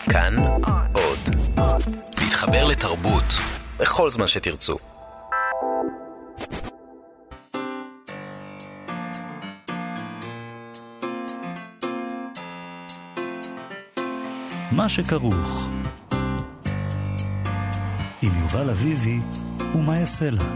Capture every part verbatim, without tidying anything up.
כאן עוד. להתחבר לתרבות בכל זמן שתרצו. מה שכרוך עם יובל אביבי ומה יעשה לה.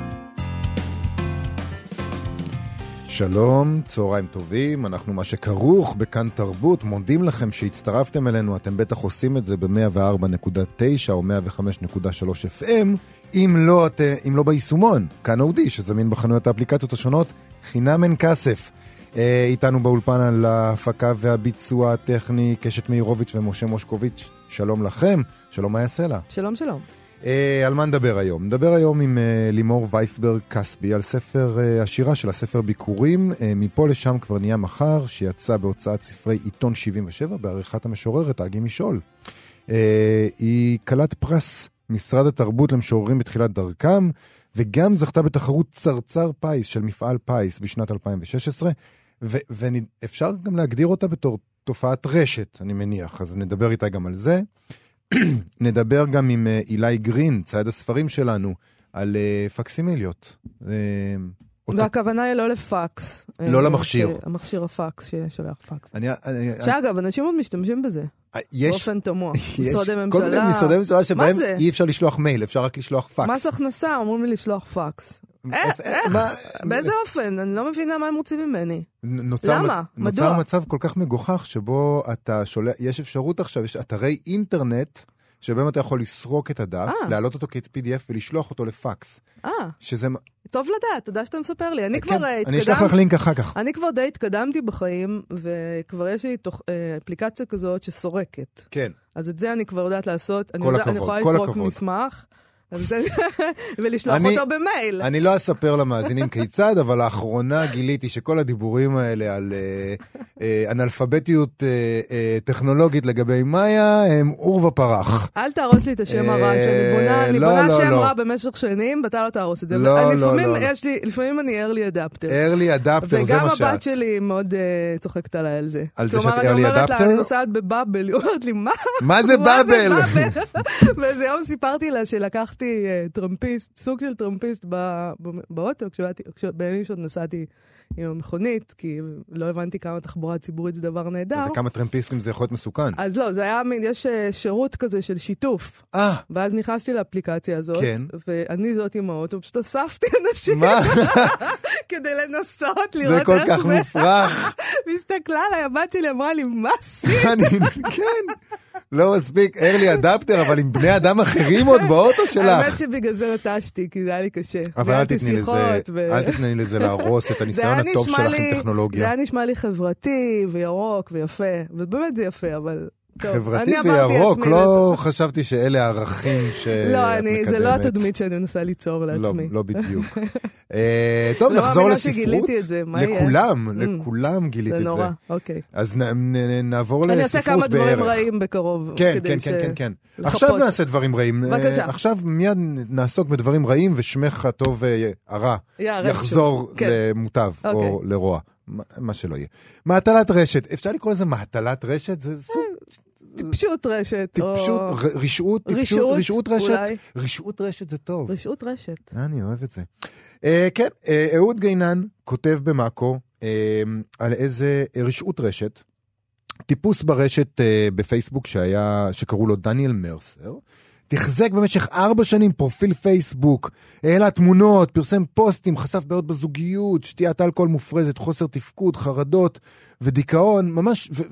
שלום, צהריים טובים, אנחנו מה שכרוך בכאן תרבות, מודים לכם שהצטרפתם אלינו, אתם בטח עושים את זה ב-מאה וארבע נקודה תשע או מאה וחמש נקודה שלוש אף אם, אם לא, את, אם לא ביישומון, כאן אודי, שזמין בחנויות האפליקציות השונות, חינם אין כסף. אה, איתנו באולפן על ההפקה והביצוע הטכני, קשת מאירוביץ' ומשה מושקוביץ', שלום לכם, שלום מה יעשה לה. שלום שלום. Uh, על מה נדבר היום? נדבר היום עם uh, לימור וייסברג קסבי על ספר uh, השירה של הספר ביקורים, uh, מפה לשם כבר נהיה מחר, שיצא בהוצאת ספרי עיתון שבעים ושבע בעריכת המשוררת אגי משול. Uh, היא קלת פרס משרד התרבות למשוררים בתחילת דרכם, וגם זכתה בתחרות צרצר פייס של מפעל פייס בשנת אלפיים ושש עשרה, ו- ואפשר גם להגדיר אותה בתור תופעת רשת, אני מניח, אז נדבר איתה גם על זה. נדבר גם עם אילי גרין, צייד הספרים שלנו, על פקסימיליות. והכוונה היא לא לפקס. לא למכשיר. המכשיר הפקס ששולח פקס. שאגב, אנשים עוד משתמשים בזה. באופן תמוה. משרדי ממשלה. כל מיני משרדי ממשלה שבהם אי אפשר לשלוח מייל, אפשר רק לשלוח פקס. מס הכנסה, אמרו לי לשלוח פקס. איך? באיזה אופן? אני לא מבינה מה הם רוצים ממני. למה? מדוע? נוצר מצב כל כך מגוחך שבו אתה שולח, יש אפשרות עכשיו, יש אתרי אינטרנט שבהם אתה יכול לסרוק את הדף, להעלות אותו כ-פי די אף ולשלוח אותו לפקס. אה, שזה... טוב לדעת, תודה שאתה מספר לי. אני כבר התקדם... אני אשלח לך לינק אחר כך. אני כבר די התקדמתי בחיים, וכבר יש לי אפליקציה כזאת שסורקת. כן. אז את זה אני כבר יודעת לעשות. כל הכבוד, אני יכולה לסרוק מסמך. ולשלוח אני, אותו במייל. אני לא אספר למאזינים כיצד, אבל לאחרונה גיליתי שכל הדיבורים האלה על אה, אה, אנלפבטיות אה, אה, טכנולוגית לגבי מאיה, הם אור ופרח. אל תהרוס לי את השם הרע, שאני בונה, אני לא, בונה לא, שם לא. רע במשך שנים, ואתה לא תהרוס את זה. לא, אני, לא, לפעמים, לא. יש לי, לפעמים אני early adapter. early adapter, זה וגם מה שאת. הבת שלי מאוד uh, צוחקת עליי על זה. על זה כלומר, שאת אני early אומרת adapter? לה, אני נוסעת בבאבל, היא אומרת לי, מה? מה זה באבל? ואיזה יום סיפרתי לה שלקחתי uh, טרמפיסט, סוג של טרמפיסט באוטו, כשבימים שעוד נסעתי עם המכונית, כי לא הבנתי כמה תחבורה ציבורית זה דבר נהדר. וכמה טרמפיסטים זה יכול להיות מסוכן. אז לא, זה היה מין, יש שירות כזה של שיתוף. אה. ואז נכנסתי לאפליקציה הזאת, כן. ואני זאת עם האוטו, פשוט אספתי אנשים. מה? כדי לנסות לראות איך זה. זה כל כך מופרך. והסתכלה עליי, הבת שלי אמרה לי, מה עשית? כן. לא מספיק, early adapter, אבל עם בני אדם אחרים עוד באוטו שלך. האמת שבגלל זה נטשתי, כי זה היה לי קשה. אבל אל תתני לזה, אל תתני לזה להרוס את הניסיון הטוב שלך עם טכנולוגיה. זה היה נשמע לי חברתי וירוק ויפה, ובאמת זה יפה, אבל... חברתי וירוק, לא חשבתי שאלה הערכים שאת מקדמת. לא, זה לא התדמית שאני מנסה ליצור לעצמי. לא בדיוק. טוב, נחזור לספרות. לכולם, לכולם גיליתי את זה. זה נורא, אוקיי. אז נעבור לספרות בערך. אני אעשה כמה דברים רעים בקרוב. כן, כן, כן, כן. עכשיו נעשה דברים רעים. בבקשה. עכשיו מיד נעסוק בדברים רעים, ושמך הטוב הרע יחזור למוטב או לרוע. מה שלא יהיה. מהטלת רשת. אפשר לקרוא לזה מהטלת רשת? זה סוג... טיפשות רשת. טיפשות, רשעות, טיפשות, רשעות רשת. רשעות רשת זה טוב. רשעות רשת. אני אוהב את זה. כן, אהוד גיינן כותב במאקו על איזה רשעות רשת. טיפוס ברשת בפייסבוק שהיה, שקראו לו דניאל מרסר. תחזק במשך ארבע שנים פרופיל פייסבוק, העלה תמונות, פרסם פוסטים, חשף בעיות בזוגיות, שתיית אלכוהול מופרזת, חוסר תפקוד, חרדות ודיכאון, ממש ו...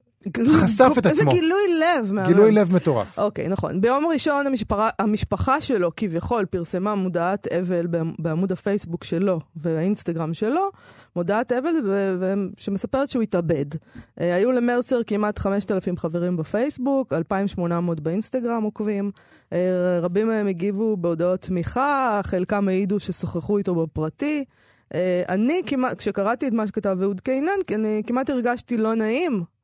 חשף את עצמו. איזה גילוי לב. גילוי לב מטורף. אוקיי, נכון. ביום ראשון המשפחה, המשפחה שלו כביכול פרסמה מודעת אבל בעמוד הפייסבוק שלו והאינסטגרם שלו, מודעת אבל שמספרת שהוא התאבד. היו למרסר כמעט חמשת אלפים חברים בפייסבוק, אלפיים ושמונה מאות באינסטגרם עוקבים. רבים מהם הגיבו בהודעות תמיכה, חלקם העידו ששוחחו איתו בפרטי. אני כמעט, כשקראתי את מה שכתב אהוד גיינן, אני כמעט הרגשתי לא נעים.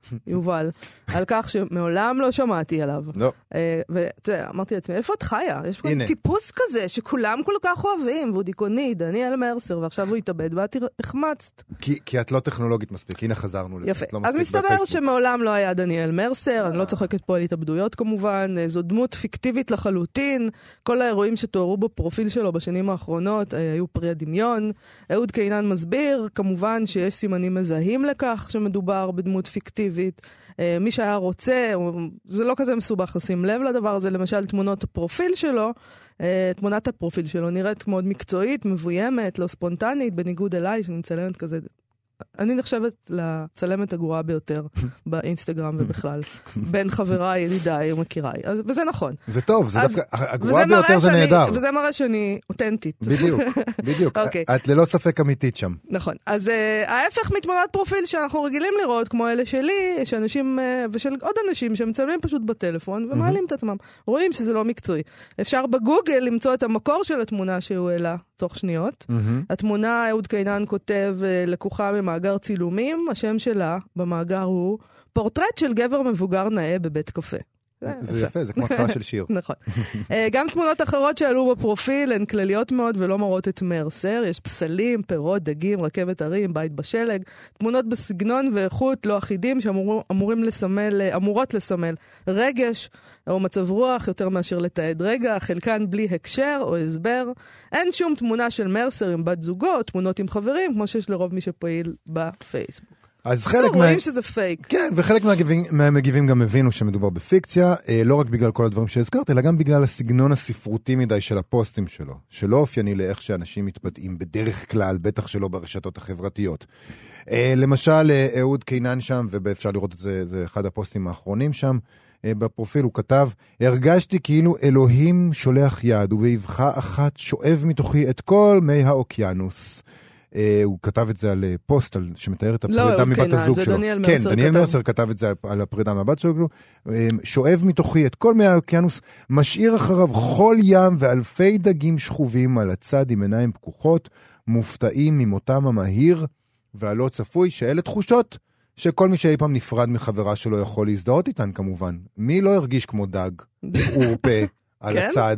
יובל, על כך שמעולם לא שמעתי עליו. לא. ואתה יודע, אמרתי לעצמי, איפה את חיה? יש פה טיפוס כזה שכולם כל כך אוהבים, והוא דיכאוני, דניאל מרסר, ועכשיו הוא התאבד, ואת החמצת. כי את לא טכנולוגית מספיק, הנה חזרנו לזה. יפה. אז מסתבר שמעולם לא היה דניאל מרסר, אני לא צוחקת פה על התאבדויות כמובן, זו דמות פיקטיבית לחלוטין, כל האירועים שתוארו בפרופיל שלו בשנים האחרונות היו פרי הדמיון. אהוד קינן מסביר, כמובן שיש סימנים מזהים לכך שמדובר בדמות פיקטיבית. מי שהיה רוצה, זה לא כזה מסובך לשים לב לדבר הזה, למשל תמונות הפרופיל שלו, תמונת הפרופיל שלו נראית מאוד מקצועית, מבוימת, לא ספונטנית, בניגוד אליי, שאני מצלמת כזה. אני נחשבת לצלמת הגרועה ביותר באינסטגרם ובכלל. בין חבריי, ידידיי ומכיריי. וזה נכון. זה טוב, זה דווקא, הגרועה ביותר זה נהדר. וזה מראה שאני אותנטית. בדיוק, בדיוק. את ללא ספק אמיתית שם. נכון. אז ההפך מתמונת פרופיל שאנחנו רגילים לראות, כמו אלה שלי, שאנשים, ושל עוד אנשים שמצלמים פשוט בטלפון ומעלים את עצמם. רואים שזה לא מקצועי. אפשר בגוגל למצוא את המקור של התמונה שהוא העלה תוך שניות. התמונה, אהוד קינן כותב, לקוחה ממאגר צילומים, השם שלה במאגר הוא פורטרט של גבר מבוגר נאה בבית קפה. זה יפה, זה כמו התחלה של שיר. נכון. גם תמונות אחרות שעלו בפרופיל הן כלליות מאוד ולא מראות את מרסר. יש פסלים, פירות, דגים, רכבת הרים, בית בשלג. תמונות בסגנון ואיכות לא אחידים שאמורים לסמל, אמורות לסמל רגש או מצב רוח יותר מאשר לתעד רגע, חלקן בלי הקשר או הסבר. אין שום תמונה של מרסר עם בת זוגו, תמונות עם חברים, כמו שיש לרוב מי שפעיל בפייסבוק. אז חלק מה... רואים שזה פייק. כן, וחלק מהמגיבים, מהמגיבים גם הבינו שמדובר בפיקציה, אה, לא רק בגלל כל הדברים שהזכרת, אלא גם בגלל הסגנון הספרותי מדי של הפוסטים שלו, שלא אופייני לאיך שאנשים מתבטאים בדרך כלל, בטח שלא ברשתות החברתיות. אה, למשל, אה, אהוד קינן שם, ואפשר לראות את זה, זה אחד הפוסטים האחרונים שם, אה, בפרופיל הוא כתב, הרגשתי כאילו אלוהים שולח יד, ובאבחה אחת שואב מתוכי את כל מי האוקיינוס. הוא כתב את זה על פוסט שמתאר את הפרידה מבת הזוג שלו. כן, דניאל מרסר כתב את זה על הפרידה מבת שלו. שואב מתוכי את כל מי האוקיינוס, משאיר אחריו חול ים ואלפי דגים שחובים על הצד עם עיניים פקוחות, מופתעים ממותם המהיר והלא צפוי, שאלה תחושות שכל מי שאי פעם נפרד מחברה שלו יכול להזדהות איתן כמובן. מי לא הרגיש כמו דג, אורפה, על הצד?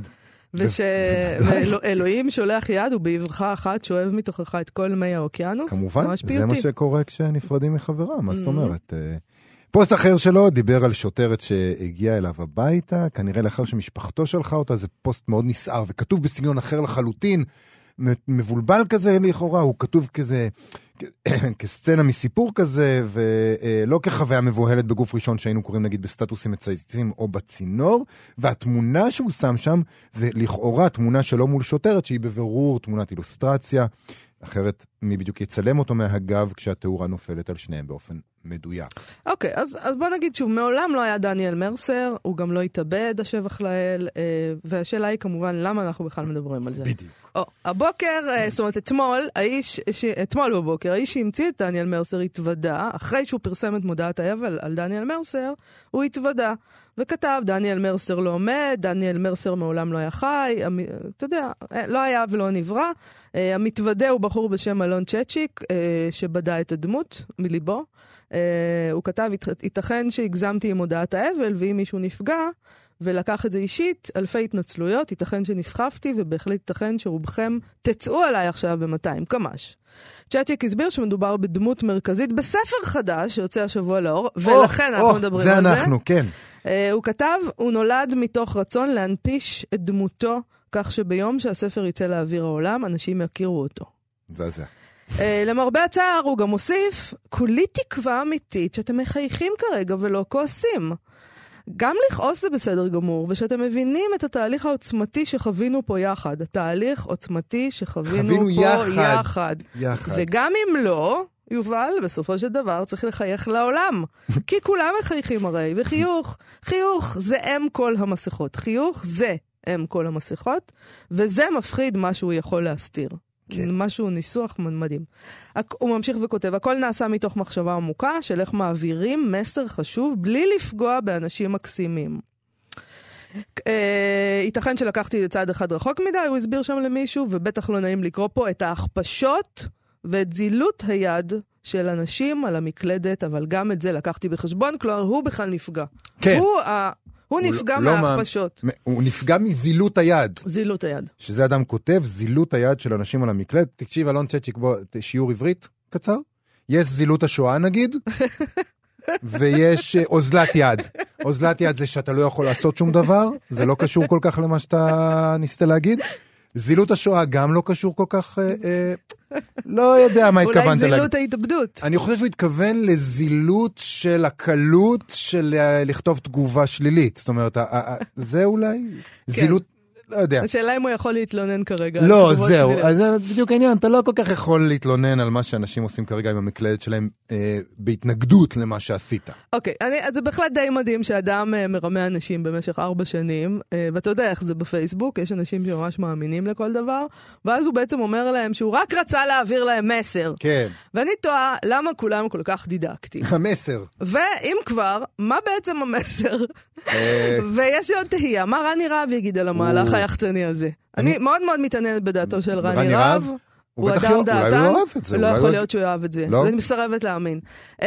ושאלוהים שולח יד ובאבחה אחת שואב מתוכך את כל מי האוקיינוס. כמובן, זה מה שקורה כשנפרדים מחברה, מה זאת אומרת? פוסט אחר שלו דיבר על שוטרת שהגיעה אליו הביתה, כנראה לאחר שמשפחתו שלחה אותה, זה פוסט מאוד נסער וכתוב בסגנון אחר לחלוטין, מבולבל כזה לכאורה, הוא כתוב כזה, כסצנה מסיפור כזה, ולא כחוויה מבוהלת בגוף ראשון שהיינו קוראים נגיד בסטטוסים מצייצים או בצינור, והתמונה שהוא שם שם זה לכאורה תמונה שלו מול שוטרת שהיא בבירור תמונת אילוסטרציה, אחרת מי בדיוק יצלם אותו מהגב כשהתאורה נופלת על שניהם באופן מדויק. אוקיי, okay, אז, אז בוא נגיד שוב, מעולם לא היה דניאל מרסר, הוא גם לא התאבד, השבח לאל, אה, והשאלה היא כמובן למה אנחנו בכלל מדברים על זה. בדיוק. או, הבוקר, אה, זאת אומרת, אתמול, האיש, ש, אתמול בבוקר, האיש שהמציא את דניאל מרסר התוודע, אחרי שהוא פרסם את מודעת האבל על דניאל מרסר, הוא התוודע, וכתב, דניאל מרסר לא עומד, דניאל מרסר מעולם לא היה חי, המ... אתה יודע, לא היה ולא נברא, אה, המתוודע הוא בחור בשם אלון צ'צ'יק, אה, שבדע את הדמות מליבו, Uh, הוא כתב, ייתכן שהגזמתי עם הודעת האבל, ואם מישהו נפגע, ולקח את זה אישית, אלפי התנצלויות, ייתכן שנסחפתי, ובהחלט ייתכן שרובכם תצאו עליי עכשיו ב-מאתיים קמ"ש. צ'צ'יק הסביר שמדובר בדמות מרכזית בספר חדש, שיוצא השבוע לאור, ולכן אנחנו מדברים על זה. זה אנחנו, כן. Uh, הוא כתב, הוא נולד מתוך רצון להנפיש את דמותו, כך שביום שהספר יצא לאוויר העולם, אנשים יכירו אותו. זה זה. Uh, למרבה הצער הוא גם מוסיף, כולי תקווה אמיתית שאתם מחייכים כרגע ולא כועסים. גם לכעוס זה בסדר גמור, ושאתם מבינים את התהליך העוצמתי שחווינו פה יחד. התהליך עוצמתי שחווינו פה יחד. יחד. יחד. וגם אם לא, יובל, בסופו של דבר צריך לחייך לעולם. כי כולם מחייכים הרי, וחיוך, חיוך זה אם כל המסכות. חיוך זה אם כל המסכות, וזה מפחיד מה שהוא יכול להסתיר. כן. משהו ניסוח מדהים. הוא ממשיך וכותב, הכל נעשה מתוך מחשבה עמוקה של איך מעבירים מסר חשוב בלי לפגוע באנשים מקסימים. ייתכן שלקחתי לצעד אחד רחוק מדי, הוא הסביר שם למישהו, ובטח לא נעים לקרוא פה את ההכפשות ואת זילות היד של אנשים על המקלדת, אבל גם את זה לקחתי בחשבון, כלומר, הוא בכלל נפגע. כן. הוא, ה... הוא נפגע לא מההכפשות. מה... הוא נפגע מזילות היד. זילות היד. שזה אדם כותב, זילות היד של אנשים על המקלדת. תקשיב, אלון צ'צ'יק, בוא, שיעור עברית קצר. יש זילות השואה נגיד, ויש אוזלת יד. אוזלת יד זה שאתה לא יכול לעשות שום דבר, זה לא קשור כל כך למה שאתה ניסית להגיד. זילות השואה גם לא קשור כל כך, אה, אה, לא יודע מה התכוונת להגיד. אולי זילות ההתאבדות. אני חושב שהוא התכוון לזילות של הקלות של אה, לכתוב תגובה שלילית. זאת אומרת, אה, אה, זה אולי כן. זילות... לא יודע. השאלה אם הוא יכול להתלונן כרגע. לא, זהו. אז זה בדיוק העניין. אתה לא כל כך יכול להתלונן על מה שאנשים עושים כרגע עם המקלדת שלהם אה, בהתנגדות למה שעשית. אוקיי. אני, זה בהחלט די מדהים שאדם אה, מרמה אנשים במשך ארבע שנים, אה, ואתה יודע איך זה בפייסבוק, יש אנשים שממש מאמינים לכל דבר, ואז הוא בעצם אומר להם שהוא רק רצה להעביר להם מסר. כן. ואני תוהה למה כולם כל כך דידקטיים. המסר. ואם כבר, מה בעצם המסר? ויש עוד תהייה. מה רני רהב יגיד על המהלך היחצני הזה? אני מאוד מאוד מתעניינת בדעתו של רני רהב. הוא אדם דעתן, לא יכול להיות שהוא יאהב את זה. אני מסרבת להאמין.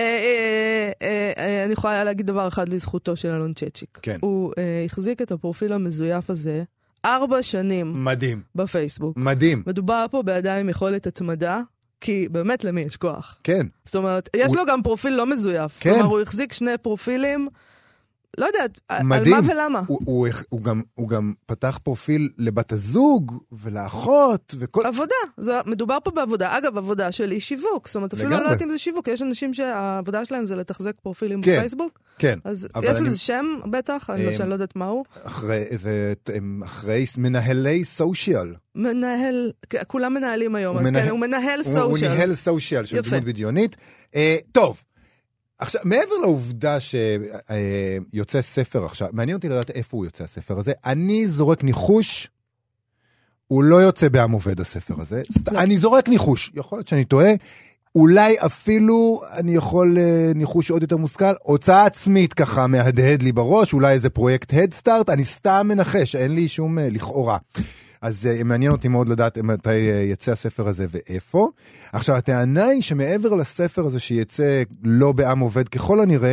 אני יכולה להגיד דבר אחד לזכותו של אלון צ'צ'יק. הוא החזיק את הפרופיל המזויף הזה ארבע שנים. מדהים. בפייסבוק. מדהים. מדובר פה באדם יכולת התמדה, כי באמת למי יש כוח. כן. זאת אומרת, יש לו גם פרופיל לא מזויף. כן. כלומר, הוא החזיק שני פרופילים, לא יודעת, מדהים. על מה ולמה. הוא, הוא, הוא, גם, הוא גם פתח פרופיל לבת הזוג ולאחות וכל... עבודה, זה, מדובר פה בעבודה. אגב, עבודה של אי שיווק. זאת אומרת, אפילו לא יודעת אם זה שיווק, יש אנשים שהעבודה שלהם זה לתחזק פרופילים כן, בפייסבוק. כן. אז יש אני... לזה שם בטח, אני לא יודעת מהו. אחרי, זה, אחרי מנהלי סושיאל. מנהל, כולם מנהלים היום, אז מנהל, כן, הוא מנהל סושיאל. הוא מנהל סושיאל של דמות בדיונית. אה, טוב. עכשיו, מעבר לעובדה שיוצא ספר עכשיו, מעניין אותי לדעת איפה הוא יוצא הספר הזה, אני זורק ניחוש, הוא לא יוצא בעם עובד הספר הזה, אני זורק ניחוש, יכול להיות שאני טועה, אולי אפילו אני יכול ניחוש עוד יותר מושכל, הוצאה עצמית ככה מהדהד לי בראש, אולי איזה פרויקט הדסטארט, אני סתם מנחש, אין לי שום לכאורה. אז מעניין אותי מאוד לדעת מתי יצא הספר הזה ואיפה. עכשיו, הטענה היא שמעבר לספר הזה שיצא לא בעם עובד ככל הנראה,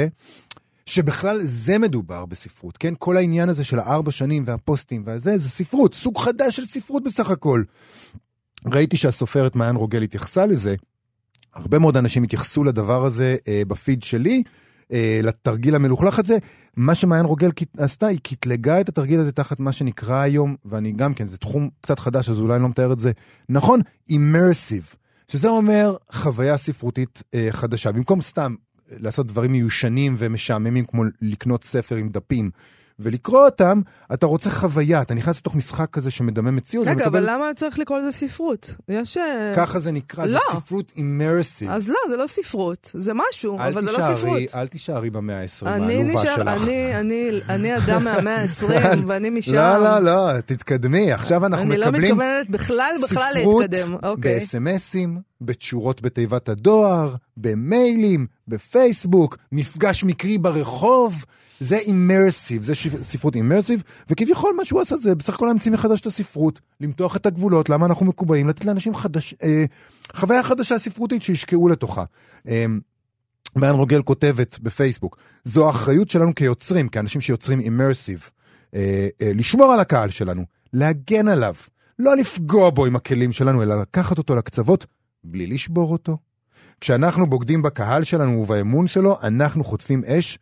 שבכלל זה מדובר בספרות, כן? כל העניין הזה של הארבע שנים והפוסטים והזה, זה ספרות, סוג חדש של ספרות בסך הכל. ראיתי שהסופרת מעיין רוגל התייחסה לזה, הרבה מאוד אנשים התייחסו לדבר הזה אה, בפיד שלי, אה, לתרגיל המלוכלך הזה, מה שמעיין רוגל עשתה, היא קטלגה את התרגיל הזה תחת מה שנקרא היום, ואני גם כן, זה תחום קצת חדש, אז אולי אני לא מתאר את זה, נכון, immersive, שזה אומר חוויה ספרותית אה, חדשה, במקום סתם לעשות דברים מיושנים ומשעממים, כמו לקנות ספר עם דפים, ולקרוא אותם, אתה רוצה חוויה, אתה נכנס לתוך משחק כזה שמדמה מציאות. רגע, אבל למה צריך לקרוא לזה ספרות? יש... ככה זה נקרא, זה ספרות אימרסיב. אז לא, זה לא ספרות, זה משהו, אבל זה לא ספרות. אל תישארי במאה העשרים, העלובה שלך. אני אדם מהמאה העשרים, ואני משם. לא, לא, לא, תתקדמי, עכשיו אנחנו מקבלים... אני לא מתכוונת בכלל, בכלל להתקדם. ספרות ב-אס אם אסים, בתשורות בתיבת הדואר, במיילים, בפייסבוק, מפגש מקרי ברחוב, זה immersive, זה ספרות immersive, וכביכול מה שהוא עשה זה בסך הכל להמציא מחדש את הספרות, למתוח את הגבולות, למה אנחנו מקובעים, לתת לאנשים חדש, אה, חוויה חדשה ספרותית שישקעו לתוכה. אה, מעיין רוגל כותבת בפייסבוק, זו האחריות שלנו כיוצרים, כאנשים שיוצרים immersive, אה, אה, לשמור על הקהל שלנו, להגן עליו, לא לפגוע בו עם הכלים שלנו, אלא לקחת אותו לקצוות, בלי לשבור אותו. כשאנחנו בוגדים בקהל שלנו ובאמון שלו, אנחנו חוטפים אש,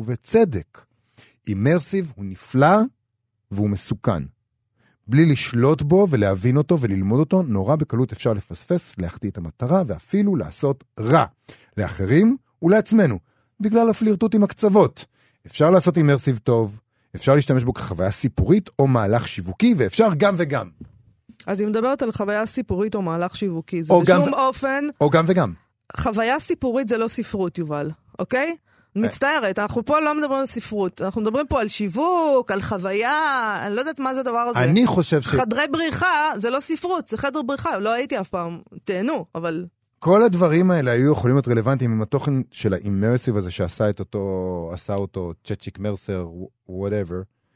ובצדק. אימרסיב הוא נפלא והוא מסוכן. בלי לשלוט בו ולהבין אותו וללמוד אותו, נורא בקלות אפשר לפספס, להחטיא את המטרה ואפילו לעשות רע. לאחרים ולעצמנו, בגלל הפלירטוט עם הקצוות. אפשר לעשות אימרסיב טוב, אפשר להשתמש בו כחוויה סיפורית או מהלך שיווקי, ואפשר גם וגם. אז היא מדברת על חוויה סיפורית או מהלך שיווקי. זה בשום ו... אופן... או גם וגם. חוויה סיפורית זה לא ספרות, יובל. אוקיי? מצטערת, אנחנו פה לא מדברים על ספרות, אנחנו מדברים פה על שיווק, על חוויה, אני לא יודעת מה זה הדבר הזה. אני חושב ש... חדרי בריחה זה לא ספרות, זה חדר בריחה, לא הייתי אף פעם, תהנו, אבל... כל הדברים האלה היו יכולים להיות רלוונטיים עם התוכן של האימרסיב הזה שעשה את אותו, עשה אותו צ'צ'יק מרסר, whatever,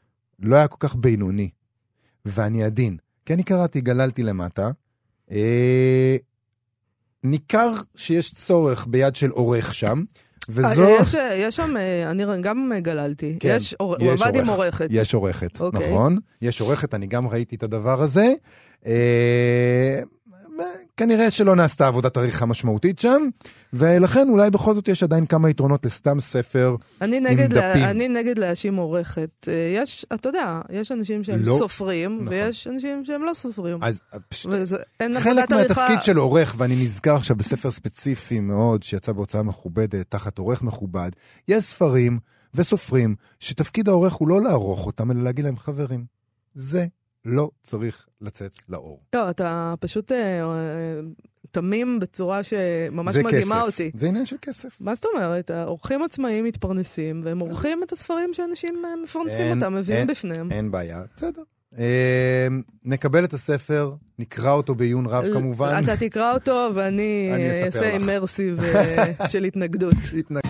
לא היה כל כך בינוני, ואני עדין, כי אני קראתי, גללתי למטה, אה... ניכר שיש צורך ביד של עורך שם, וזו... יש, יש שם, אני גם גללתי, כן, יש, הוא יש עבד עם עורך, עורכת. יש עורכת, אוקיי. נכון. יש עורכת, אני גם ראיתי את הדבר הזה. אה, כנראה שלא נעשתה עבודת עריכה משמעותית שם, ולכן אולי בכל זאת יש עדיין כמה יתרונות לסתם ספר אני עם נגד דפים. לה, אני נגד להאשים עורכת. יש, אתה יודע, יש אנשים שהם לא, סופרים, נכון. ויש אנשים שהם לא סופרים. אז פשוט, וזה, אין חלק עבודת עריכה... מהתפקיד של עורך, ואני נזכר עכשיו בספר ספציפי מאוד, שיצא בהוצאה מכובדת, תחת עורך מכובד, יש ספרים וסופרים, שתפקיד העורך הוא לא לערוך אותם, אלא להגיד להם, חברים, זה לא צריך לצאת לאור. לא, אתה פשוט אה, אה, תמים בצורה שממש מדהימה אותי. זה עניין של כסף. מה זאת אומרת? העורכים עצמאיים מתפרנסים, והם עורכים את הספרים שאנשים מפרנסים אין, אותם, מביאים אין, בפניהם. אין בעיה, בסדר. אה, נקבל את הספר, נקרא אותו בעיון רב כמובן. אתה תקרא אותו, ואני אעשה אימרסיב של התנגדות. התנגדות.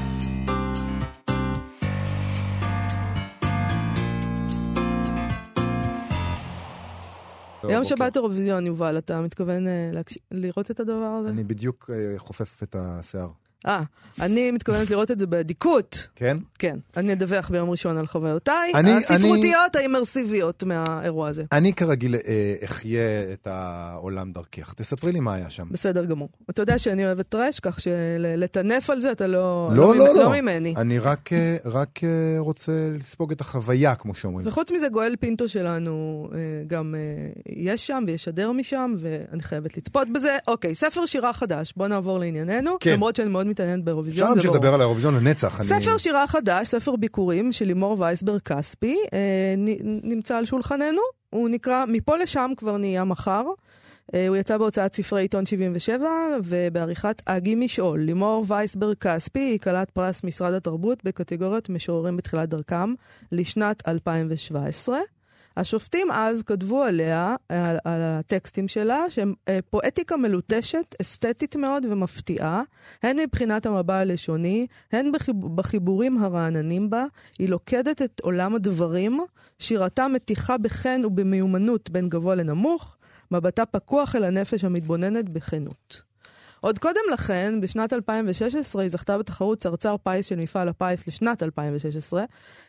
יום שבת אירוויזיון, יובל, אתה מתכוון לראות את הדבר הזה? אני בדיוק חופף את השיער. אה, אני מתכוונת לראות את זה בעדיקות. כן? כן. אני אדווח ביום ראשון על חוויותיי, אני, הספרותיות, אני, האימרסיביות מהאירוע הזה. אני כרגיל אחיה את העולם דרכך. תספרי לי מה היה שם. בסדר גמור. אתה יודע שאני אוהבת טרש, כך שלטנף על זה אתה לא, לא, לא, לא, לא. לא ממני. אני רק, רק רוצה לספוג את החוויה, כמו שאומרים. וחוץ מזה, גואל פינטו שלנו גם יש שם וישדר משם, ואני חייבת לצפות בזה. אוקיי, ספר שירה חדש. בוא נעבור לענייננו. כן. למרות שאני מאוד מתעניינת באירוויזיון. אפשר להמשיך לדבר על האירוויזיון לנצח. ספר אני... שירה חדש, ספר ביקורים של לימור וייסברג כספי, אה, נ, נמצא על שולחננו. הוא נקרא מפה לשם כבר נהיה מחר. אה, הוא יצא בהוצאת ספרי עיתון שבעים ושבע, ובעריכת אגי משעול. לימור וייסברג כספי היא כלת פרס משרד התרבות בקטגוריית משוררים בתחילת דרכם לשנת אלפיים שבע עשרה. השופטים אז כתבו עליה, על, על הטקסטים שלה, שהם פואטיקה מלוטשת, אסתטית מאוד ומפתיעה, הן מבחינת המבע הלשוני, הן בחיב, בחיבורים הרעננים בה, היא לוקדת את עולם הדברים, שירתה מתיחה בחן ובמיומנות בין גבוה לנמוך, מבטה פקוח אל הנפש המתבוננת בכנות. עוד קודם לכן, בשנת אלפיים ושש עשרה, היא זכתה בתחרות צרצר פייס של מפעל הפייס לשנת אלפיים ושש עשרה.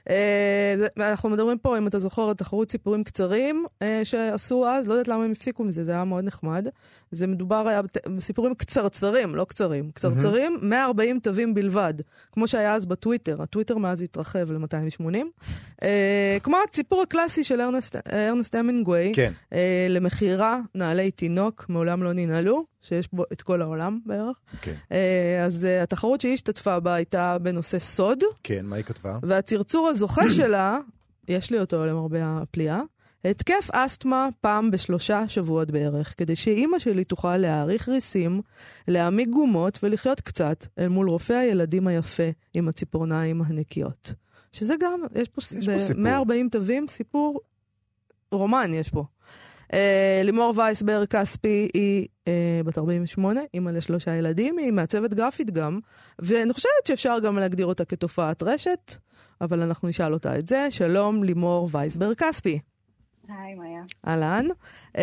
אה, אנחנו מדברים פה, אם אתה זוכר, תחרות סיפורים קצרים אה, שעשו אז, לא יודעת למה הם הפסיקו מזה, זה היה מאוד נחמד. זה מדובר היה בסיפורים קצרצרים, לא קצרים. קצרצרים, מאה וארבעים תווים בלבד, כמו שהיה אז בטוויטר. הטוויטר מאז התרחב ל-מאתיים ושמונים. אה, כמו הסיפור הקלאסי של ארנסט, ארנסט המינגווי, כן. אה, למחירה, נעלי תינוק, מעולם לא ננעלו. שיש בו את כל העולם בערך. כן. אז התחרות שהיא השתתפה בה הייתה בנושא סוד. כן, מה היא כתבה? והצרצור הזוכה שלה, יש לי אותו למרבה הפליאה, התקף אסתמה פעם בשלושה שבועות בערך, כדי שאימא שלי תוכל להאריך ריסים, להעמיק גומות ולחיות קצת אל מול רופא הילדים היפה עם הציפורניים הנקיות. שזה גם, יש פה, יש פה סיפור. מאה וארבעים תווים, סיפור רומן יש פה. Uh, לימור וייסברג כספי היא uh, בת ארבעים ושמונה, אימא לשלושה ילדים, היא מעצבת גרפית גם, ואני חושבת שאפשר גם להגדיר אותה כתופעת רשת, אבל אנחנו נשאל אותה את זה. שלום לימור וייסברג כספי. היי, מאיה. אהלן. Uh,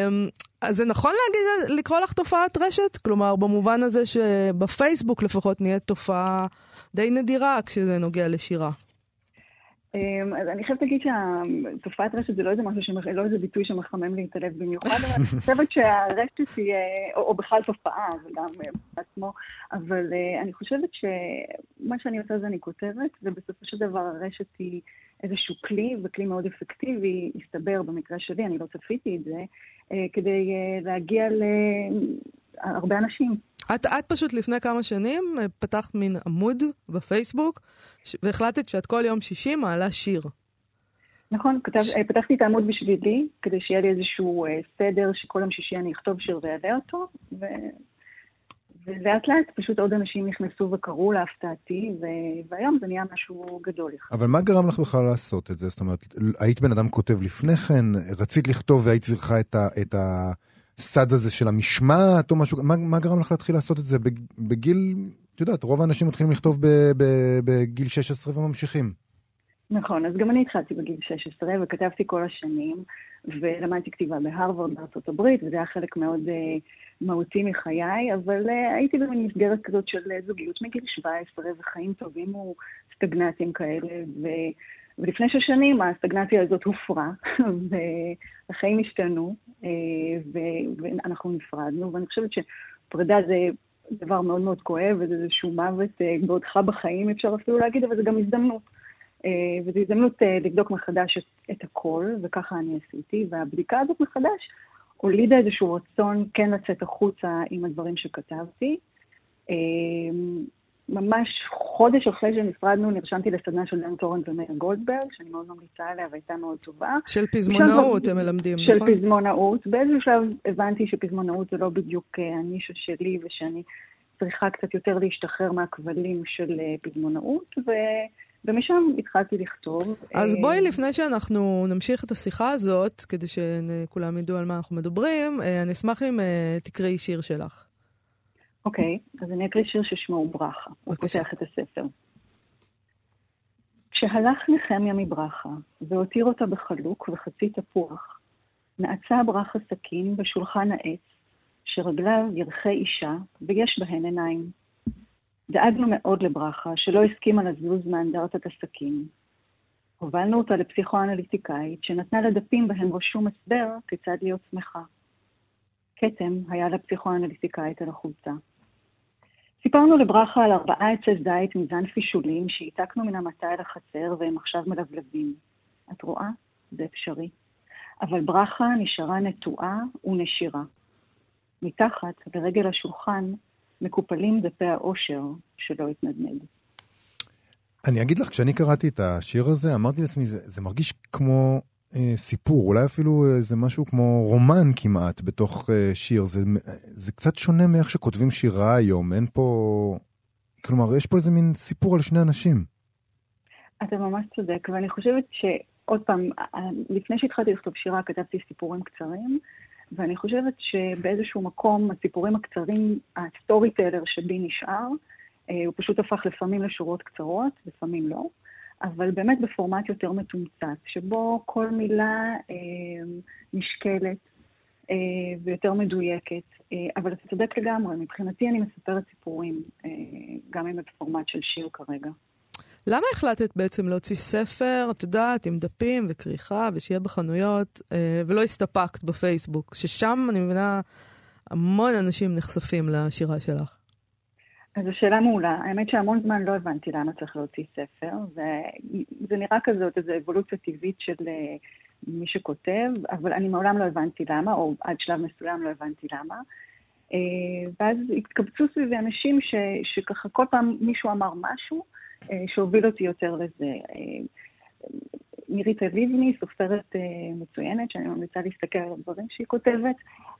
אז זה נכון להגיד, לקרוא לך תופעת רשת? כלומר, במובן הזה שבפייסבוק לפחות נהיית תופעה די נדירה כשזה נוגע לשירה. אז אני חייבת להגיד שהתופעת רשת זה לא איזה משהו, לא איזה ביטוי שמחמם לי את הלב במיוחד, אבל אני חושבת שהרשת היא, או בכלל תופעה, זה גם בעצמו, אבל אני חושבת שמה שאני עושה זה אני כותבת, ובסופו של דבר הרשת היא איזשהו כלי, וכלי מאוד אפקטיבי, הסתבר במקרה שלי, אני לא צפיתי את זה, כדי להגיע להרבה אנשים. את, את פשוט לפני כמה שנים פתחת מין עמוד בפייסבוק, והחלטת שאת כל יום שישי מעלה שיר. נכון, כתב, ש... פתחתי את העמוד בשבילי, כדי שיהיה לי איזשהו סדר שכל יום שישי אני אכתוב שיר ויעלה אותו, ו... ולאט לאט פשוט עוד אנשים נכנסו וקראו להפתעתי, ו... והיום זה נהיה משהו גדול. אבל מה גרם לך בכלל לעשות את זה? זאת אומרת, היית בן אדם כותב לפני כן, רצית לכתוב והיית צריכה את ה... את ה... סד הזה של המשמעת או משהו, מה, מה גרם לך להתחיל לעשות את זה בגיל, את יודעת, רוב האנשים מתחילים לכתוב בגיל שש עשרה וממשיכים. נכון, אז גם אני התחלתי בגיל שש עשרה וכתבתי כל השנים, ולמדתי כתיבה בהרווארד בארצות הברית, וזה היה חלק מאוד uh, מהותי מחיי, אבל uh, הייתי במין מסגרת כזאת של uh, זוגיות מגיל שבע עשרה, וחיים טובים וסטגנטיים כאלה, ו... ולפני שש שנים הסטגנציה הזאת הופרה, והחיים השתנו, uh, ו- ואנחנו נפרדנו, ואני חושבת שפרידה זה דבר מאוד מאוד כואב, וזה איזשהו מוות uh, בעודך בחיים, אפשר אפילו להגיד, אבל זה גם הזדמנות. Uh, וזו הזדמנות uh, לבדוק מחדש את, את הכל, וככה אני עשיתי, והבדיקה הזאת מחדש הולידה איזשהו רצון כן לצאת החוצה עם הדברים שכתבתי. Uh, ממש חודש אחרי שנפרדנו, נרשמתי לסדנה של דן טורנט ומאיר גולדברג, שאני מאוד ממליצה עליה והייתה מאוד טובה. של פזמונאות הם מלמדים, של נכון? של פזמונאות. באיזשהו שלב הבנתי שפזמונאות זה לא בדיוק uh, הנישה שלי, ושאני צריכה קצת יותר להשתחרר מהכבלים של uh, פזמונאות, ו... ומשם התחלתי לכתוב. אז בואי, לפני שאנחנו נמשיך את השיחה הזאת, כדי שכולם ידעו על מה אנחנו מדברים, אני אשמח אם תקראי שיר שלך. אוקיי, אז אני אקריא שיר ששמו הוא ברכה. הוא פותח את הספר. כשהלך נחמיה מברכה, והותיר אותה בחלוק וחצי תפוח, נעצה ברכה סכין בשולחן העץ, שרגליו ירחי אישה, ויש בהן עיניים. דאגנו מאוד לברכה, שלא הסכימה לזוז מאנדרטת הסכין. הובלנו אותה לפסיכואנליטיקאית, שנתנה לדפים בהם רשום הסבר כיצד להיות שמחה. כתם היה לפסיכואנליטיקאית על החולצה. סיפרנו לברכה על ארבעה עצי זית מזן פישולים, שהעתקנו מן המטה אל החצר, והם עכשיו מלבלבים. את רואה? זה אפשרי. אבל ברכה נשארה נטועה ונשירה. מתחת, לרגל השולחן, מקופלים דפי האושר שלא התנדנד. אני אגיד לך, כשאני קראתי את השיר הזה, אמרתי לעצמי, זה, זה מרגיש כמו אה, סיפור, אולי אפילו אה, זה משהו כמו רומן כמעט בתוך אה, שיר. זה, זה קצת שונה מאיך שכותבים שירה היום. אין פה, כלומר, יש פה איזה מין סיפור על שני אנשים. אתה ממש צודק, ואני חושבת שעוד פעם, לפני שהתחלתי לכתוב שירה, כתבתי סיפורים קצרים, ואני חושבת שבאיזשהו מקום הסיפורים הקצרים, הסטורי טיילר שבי נשאר, הוא פשוט הפך לפעמים לשורות קצרות, לפעמים לא, אבל באמת בפורמט יותר מתומצת, שבו כל מילה אה, נשקלת אה, ויותר מדויקת, אה, אבל אתה צודק לגמרי, מבחינתי אני מספרת סיפורים, אה, גם אם בפורמט של שיר כרגע. למה החלטת בעצם להוציא ספר, את יודעת, עם דפים וכריכה, ושיהיה בחנויות, ולא הסתפקת בפייסבוק, ששם אני מבינה המון אנשים נחשפים לשירה שלך? אז זו שאלה מעולה. האמת שהמון זמן לא הבנתי למה צריך להוציא ספר, וזה נראה כזאת, איזו אבולוציה טבעית של מי שכותב, אבל אני מעולם לא הבנתי למה, או עד שלב מסוים לא הבנתי למה. ואז התקבצו סביבי אנשים ש, שככה כל פעם מישהו אמר משהו, שהוביל אותי יותר לזה. נירית לבני, סופרת מצוינת, שאני ממליצה להסתכל על הדברים שהיא כותבת,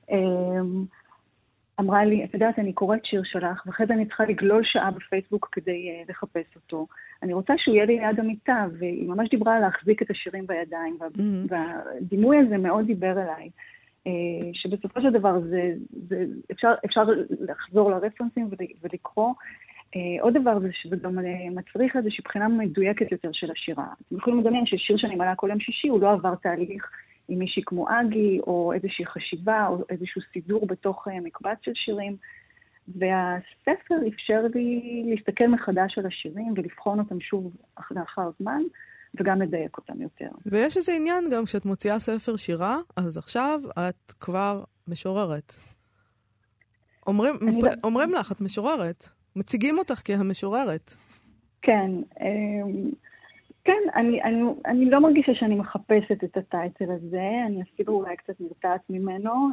אמרה לי, את יודעת, אני קוראת שיר שלך, ואחרי זה אני צריכה לגלול שעה בפייסבוק כדי לחפש אותו. אני רוצה שהוא יהיה לי ליד המיטה, והיא ממש דיברה על להחזיק את השירים בידיים, והדימוי הזה מאוד דיבר אליי. שבסופו של דבר זה, זה, אפשר, אפשר לחזור לרפרנסים ולקרוא. עוד דבר זה שזה גם מצריך איזושהי בחינה מדויקת יותר של השירה. אתם יכולים לדמיין ששיר שאני מעלה כל יום שישי, הוא לא עבר תהליך עם מישהי כמו אגי, או איזושהי חשיבה, או איזשהו סידור בתוך מקבץ של שירים. והספר אפשר לי להסתכל מחדש על השירים, ולבחון אותם שוב לאחר זמן, וגם לדייק אותם יותר. ויש איזה עניין גם, כשאת מוציאה ספר שירה, אז עכשיו את כבר משוררת. אומרים, מפ... אומרים לך, את משוררת. מציגים אותך כהמשוררת. כן, כן, אני, אני, אני לא מרגישה שאני מחפשת את הטייטל הזה, אני אפילו אולי קצת נרתעת ממנו,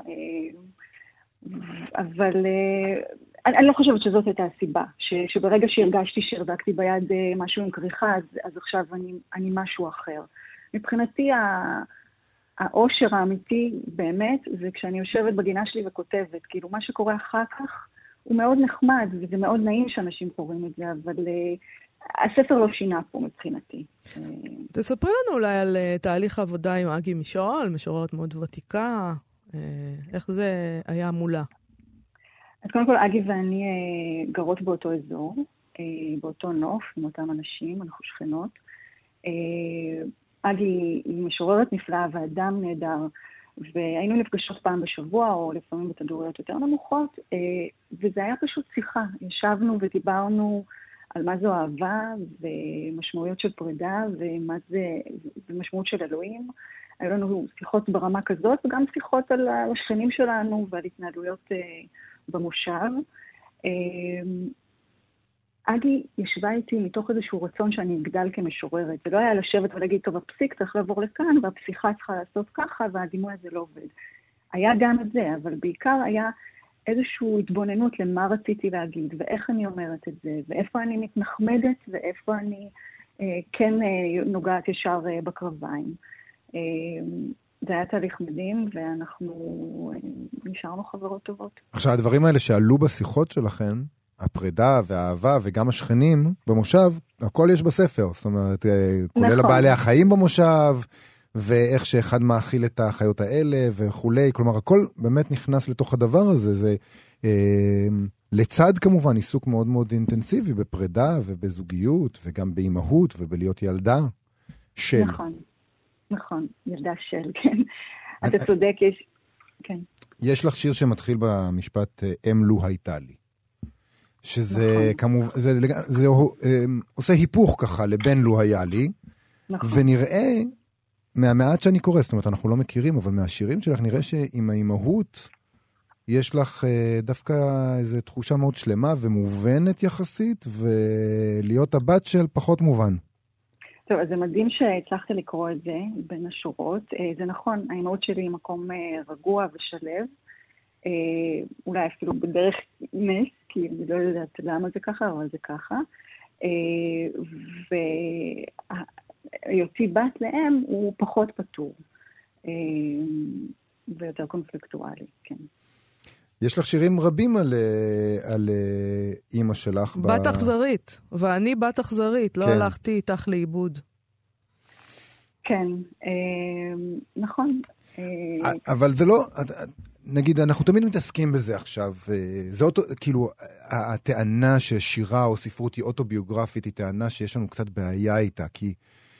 אבל אני, אני לא חושבת שזאת הייתה הסיבה, ש, שברגע שהרגשתי שהרגשתי ביד משהו עם כריכה, אז, אז עכשיו אני, אני משהו אחר. מבחינתי, האושר האמיתי באמת, זה כשאני יושבת בגינה שלי וכותבת, כאילו מה שקורה אחר כך, הוא מאוד נחמד, וזה מאוד נעים שאנשים קוראים את זה, אבל uh, הספר לא שינה פה מבחינתי. תספרי לנו אולי על uh, תהליך העבודה עם אגי משעול, משוררת מאוד ותיקה, uh, איך זה היה מולה? אז קודם כל, אגי ואני uh, גרות באותו אזור, uh, באותו נוף, עם אותם אנשים, אנחנו שכנות, אגי היא משוררת נפלאה ואדם נהדר, והיינו נפגשות פעם בשבוע, או לפעמים בתדירויות יותר נמוכות, וזה היה פשוט שיחה. ישבנו ודיברנו על מה זו אהבה, ומשמעויות של פרידה, ומה זה, ומשמעות של אלוהים. היו לנו שיחות ברמה כזאת, וגם שיחות על השכנים שלנו, ועל התנהלויות במושב. אגי ישבה איתי מתוך איזשהו רצון שאני אגדל כמשוררת. זה לא היה לשבת ולהגיד, טוב, הפסיק צריך לעבור לכאן, והפסיכה צריכה לעשות ככה, והדימוי הזה לא עובד. היה גם את זה, אבל בעיקר היה איזושהי התבוננות למה רציתי להגיד, ואיך אני אומרת את זה, ואיפה אני מתנחמדת, ואיפה אני אה, כן אה, נוגעת ישר אה, בקרביים. אה, זה היה תהליך מדהים, ואנחנו אה, נשארנו חברות טובות. עכשיו, הדברים האלה שעלו בשיחות שלכם, הפרידה והאהבה וגם השכנים במושב, הכל יש בספר. זאת אומרת, כולל נכון. הבעלי החיים במושב, ואיך שאחד מאכיל את החיות האלה וכולי. כלומר, הכל באמת נכנס לתוך הדבר הזה. זה אה, לצד כמובן עיסוק מאוד מאוד אינטנסיבי בפרידה ובזוגיות, וגם באימהות ובלהיות ילדה של. נכון, נכון, ילדה של, כן. אתה צודק, יש... כן. יש לך שיר שמתחיל במשפט אם לו הייתה לי. שזה נכון. כמובן, זה, זה, זה אה, עושה היפוך ככה לבין לו היה לי, נכון. ונראה מהמעט שאני קורא, זאת אומרת, אנחנו לא מכירים, אבל מהשירים שלך נראה שעם האימהות יש לך אה, דווקא איזו תחושה מאוד שלמה ומובנת יחסית, ולהיות הבת של פחות מובן. טוב, אז זה מדהים שהצלחת לקרוא את זה בין השורות. אה, זה נכון, האימהות שלי היא מקום אה, רגוע ושלב, אה, אולי אפילו בדרך נס, כי אני לא יודעת למה זה ככה, אבל זה ככה. אה, והיותי בת להם הוא פחות פתור, אה, ויותר קונפלקטואלי, כן. יש לך שירים רבים על, על אימא שלך. בת ב... אכזרית, ואני בת אכזרית, לא כן. הלכתי איתך לאיבוד. כן, אה, נכון. אבל זה לא, נגיד, אנחנו תמיד מתעסקים בזה עכשיו, זה אותו, כאילו, הטענה ששירה או ספרות היא אוטוביוגרפית, היא טענה שיש לנו קצת בעיה איתה, כי,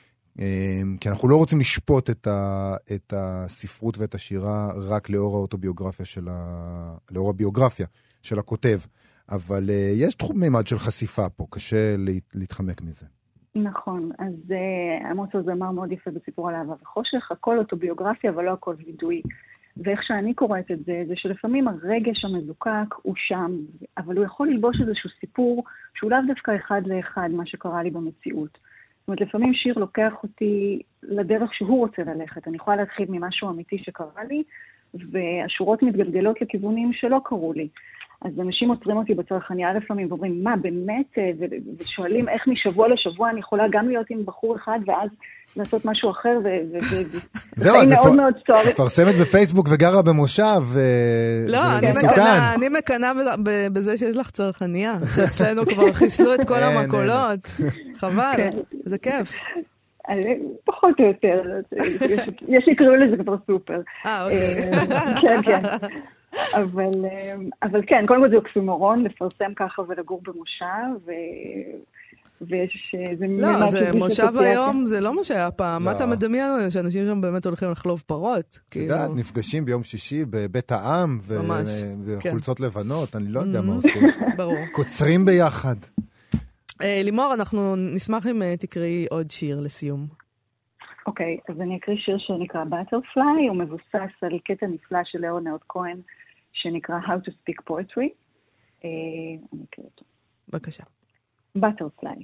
כי אנחנו לא רוצים לשפוט את, ה, את הספרות ואת השירה רק לאור האוטוביוגרפיה של ה, לאור הביוגרפיה של הכותב, אבל יש תחום מימד של חשיפה פה, קשה להתחמק מזה. נכון, אז עמוס עוז אמר מאוד יפה בסיפור על אהבה וחושך, הכל אוטוביוגרפיה אבל לא הכל וידוי. ואיך שאני קוראת את זה, זה שלפעמים הרגש המזוקק הוא שם, אבל הוא יכול ללבוש איזשהו סיפור שהוא לאו דווקא אחד לאחד מה שקרה לי במציאות. זאת אומרת, לפעמים שיר לוקח אותי לדרך שהוא רוצה ללכת. אני יכולה להתחיל ממשהו אמיתי שקרה לי, והשורות מתגלגלות לכיוונים שלא קרו לי. אז אנשים עוצרים אותי בצרכניה לפעמים ואומרים, מה, באמת? ושואלים איך משבוע לשבוע אני יכולה גם להיות עם בחור אחד ואז לעשות משהו אחר, וזה מאוד מאוד צוער. מפרסמת בפייסבוק וגרה במושב, לא, אני מקנה בזה שיש לך צרכניה, שאצלנו כבר חיסלו את כל המקולות. חבל, זה כיף. פחות או יותר, יש יקראו לזה כבר סופר. אה, אוקיי. כן, כן. אבל, אבל כן, קודם כל זה אוקסימורון, לפרסם ככה ולגור במושב, ו... ויש... זה לא, זה מושב היום, זה לא מה שהיה פעם. מה אתה מדמיין שאנשים שם באמת הולכים לחלוב פרות? אתה יודע, נפגשים ביום שישי בבית העם, וחולצות לבנות, אני לא יודע מה עושים. ברור. קוצרים ביחד. לימור, אנחנו נשמח אם תקראי עוד שיר לסיום. אוקיי, אז אני אקריא שיר שנקרא Butterfly, הוא מבוסס על קטע נפלא של ליאונרד כהן, שנקרא How to Speak Poetry. אני אקריא אותו. בבקשה. Butterfly.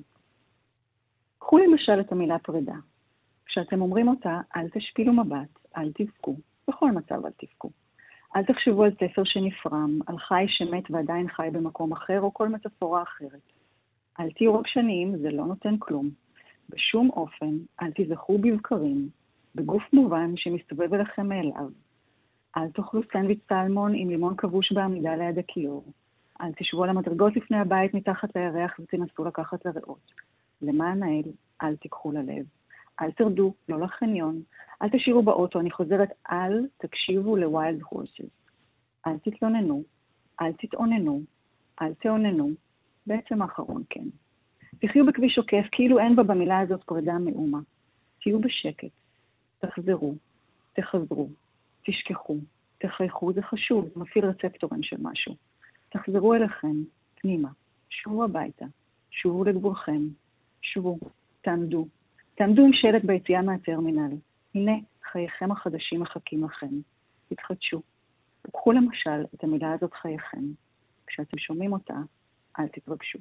קחו למשל את המילה פרידה. כשאתם אומרים אותה, אל תשפילו מבט, אל תבכו. בכל מצב אל תבכו. אל תחשבו על ספר שנפרם, על חי שמת ועדיין חי במקום אחר, או כל מטאפורה אחרת. אל תהיו רגשניים, זה לא נותן כלום. בשום אופן, אל תזכרו בבקרים, בגוף מובן שמסתובב אליכם מאליו. אל תאכלו סנדוויץ' סלמון עם לימון כבוש בעמידה ליד הכיור. אל תשבו על המדרגות לפני הבית מתחת לירח ותנסו לקחת לראות. למען האל, אל תיקחו ללב. אל תרדו, לא לחניון. אל תשאירו באוטו, אני חוזרת, אל תקשיבו לווילד הורסס. אל תתלוננו, אל תתעוננו, אל תעוננו. בעצם האחרון כן. תחיו בכביש עוקף, כאילו אין בה במילה הזאת פרידה מאומה. תהיו בשקט, תחזרו, תחזרו, תשכחו, תחייכו, זה חשוב, זה מפעיל רצפטורן של משהו. תחזרו אליכם, פנימה, שובו הביתה, שובו לגבולכם, שובו, תעמדו. תעמדו עם שלט ביציאה מהטרמינל. הנה, חייכם החדשים מחכים לכם. תתחדשו. קחו למשל את המילה הזאת חייכם. כשאתם שומעים אותה, אל תתרגשו.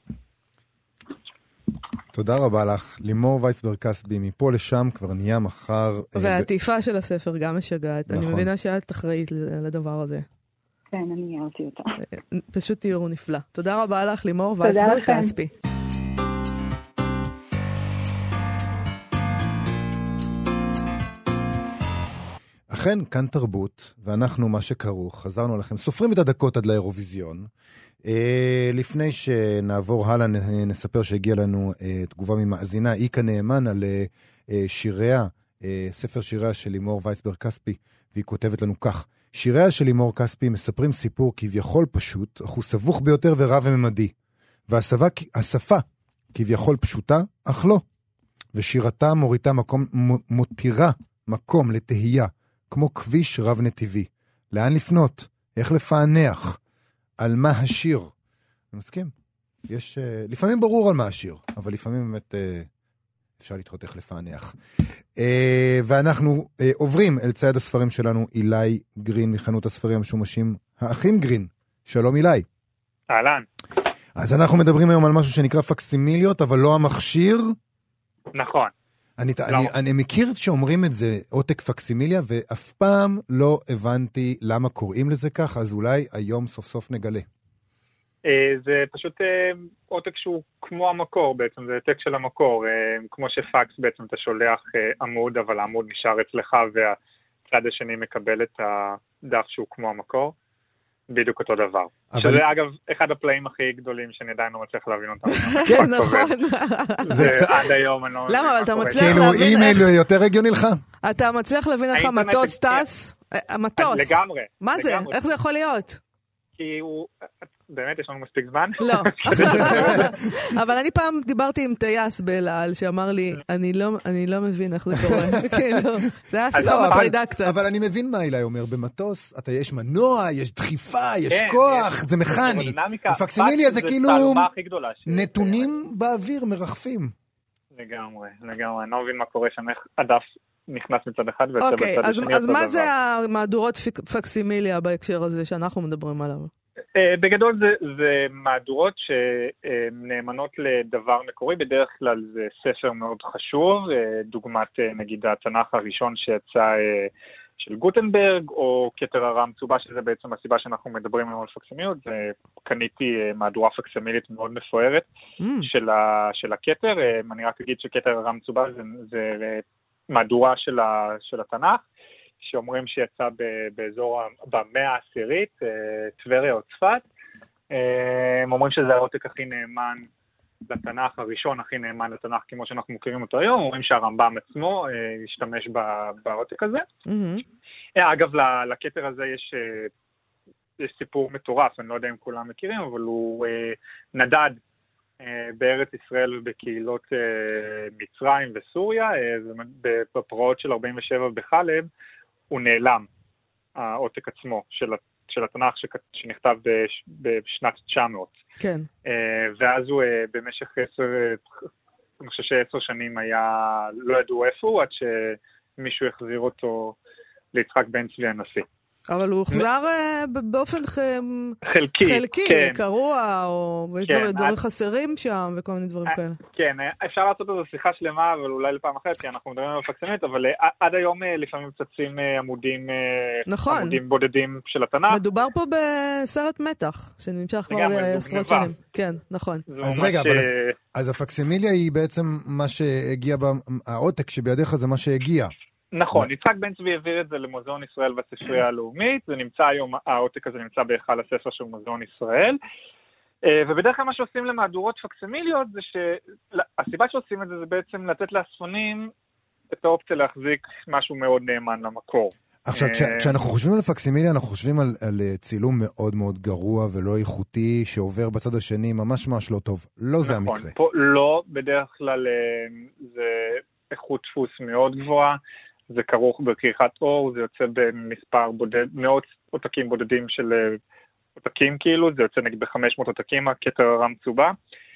תודה רבה לך. לימור וייסברג כספי, מפה לשם כבר נהיה מחר. והעטיפה של הספר גם משגעת. אני מבינה שאת אחראית לדבר הזה. כן, אני ניהלתי אותה. פשוט תיאור נפלא. תודה רבה לך, לימור וייסברג כספי. אכן, כאן תרבות, ואנחנו מה שכרוך, חזרנו לכם, סופרים את הדקות עד לאירוויזיון. אה, לפני שנעבור הלאה, נספר שהגיע לנו אה, תגובה ממאזינה, איקה נאמן, על אה, שיריה, אה, ספר שיריה של לימור וייסברג כספי, והיא כותבת לנו כך: שיריה של לימור כספי מספרים סיפור כביכול פשוט, אך הוא סבוך ביותר ורב וממדי, והשפה כביכול פשוטה, אך לא. ושירתה מוריתה מקום, מותירה מקום לתהייה, כמו כביש רב נתיבי. לאן לפנות? איך לפענח? על מה השיר? אני מסכים. יש, uh, לפעמים ברור על מה השיר, אבל לפעמים באמת uh, אפשר לתחות איך לפענח. Uh, ואנחנו uh, עוברים אל צייד הספרים שלנו, אילי גרין מחנות הספרים המשומשים, האחים גרין. שלום אילי. אהלן. אז אנחנו מדברים היום על משהו שנקרא פקסימיליות, אבל לא המכשיר. נכון. אני, אני, אני מכיר שאומרים את זה עותק פקסימיליה, ואף פעם לא הבנתי למה קוראים לזה כך, אז אולי היום סוף סוף נגלה. זה פשוט עותק שהוא כמו המקור בעצם, זה העתק של המקור, כמו שפקס בעצם אתה שולח עמוד, אבל העמוד נשאר אצלך, והצד השני מקבל את הדף שהוא כמו המקור. בדיוק אותו דבר. אבל... שזה אגב אחד הפלאים הכי גדולים שאני עדיין לא מצליח להבין אותם. כן, נכון. זה עד היום אני לא... למה? אבל אתה מצליח להבין... כאילו אימייל יותר הגיוני לך? אתה מצליח להבין איך המטוס טס? המטוס. לגמרי. מה זה? איך זה יכול להיות? כי הוא... באמת, יש לנו מספיק זמן? לא. אבל אני פעם דיברתי עם טייס באלעל, שאמר לי, אני לא מבין איך זה קורה. זה היה סיפור מטרידה קצת. אבל אני מבין מה אילי אומר, במטוס, יש מנוע, יש דחיפה, יש כוח, זה מכני. בפקסימיליה זה כאילו נתונים באוויר, מרחפים. לגמרי, לגמרי. אני לא מבין מה קורה שם, איך הדף נכנס מצד אחד ויוצא בצד השני. אוקיי, אז מה זה המהדורות פקסימיליה בהקשר הזה שאנחנו מדברים עליו? בגדול זה, זה מהדורות שנאמנות לדבר מקורי, בדרך כלל זה ספר מאוד חשוב, דוגמת נגיד התנ"ך הראשון שיצא של גוטנברג, או כתר הרע מצובע, שזה בעצם הסיבה שאנחנו מדברים היום על פקסימיליות, וקניתי מהדורה פקסימילית מאוד מפוארת mm. של, ה, של הכתר, אני רק אגיד שכתר הרע מצובע זה, זה מהדורה של, ה, של התנ"ך, שאומרים שיצא באזור, במאה העשירית, טבריה או צפת. הם אומרים שזה העותק הכי נאמן לתנ"ך, הראשון הכי נאמן לתנ"ך, כמו שאנחנו מכירים אותו היום. אומרים שהרמב"ם עצמו השתמש בעותק הזה. אגב, לכתר הזה יש, יש סיפור מטורף, אני לא יודע אם כולם מכירים, אבל הוא נדד בארץ ישראל ובקהילות מצרים וסוריה, בפרעות של ארבעים ושבע בחלב, הוא נעלם, העותק עצמו של, של התנ"ך שנכתב בש, בשנת תשע מאות. כן. ואז הוא במשך עשר, אני חושב שעשר שנים היה, לא ידעו איפה הוא, עד שמישהו החזיר אותו ליצחק בן צבי הנשיא. אבל הוא הוחזר באופן חלקי, חלקי, קרוע, או יש דברים חסרים שם, וכל מיני דברים כאלה. כן, אפשר לעשות את זה שיחה שלמה, אבל אולי לפעם אחרת, כי אנחנו מדברים על פקסימילית, אבל עד היום לפעמים מצצים עמודים בודדים של התנ"ך. מדובר פה בסרט מתח, שנמשך כבר עשרות שנים. כן, נכון. אז רגע, אז הפקסימיליה היא בעצם מה שהגיע, העותק שבידיך זה מה שהגיע. נכון, יצחק בן צבי העביר את זה למוזיאון ישראל בספרייה הלאומית, זה נמצא היום, העותק הזה נמצא בהיכל הספר של מוזיאון ישראל, ובדרך כלל מה שעושים למהדורות פקסימיליות זה שהסיבה שעושים את זה זה בעצם לתת לאספנים את האופציה להחזיק משהו מאוד נאמן למקור. עכשיו, כשאנחנו חושבים על פקסימיליה, אנחנו חושבים על צילום מאוד מאוד גרוע ולא איכותי, שעובר בצד השני ממש ממש לא טוב. לא זה המקרה. נכון, פה לא, בדרך כלל זה איכות דפוס מאוד גבוהה, זה כרוך בכריכת אור, זה יוצא במספר בודד, מאות עותקים בודדים של עותקים כאילו, זה יוצא נגיד ב-חמש מאות עותקים, הכתר הרם צובה.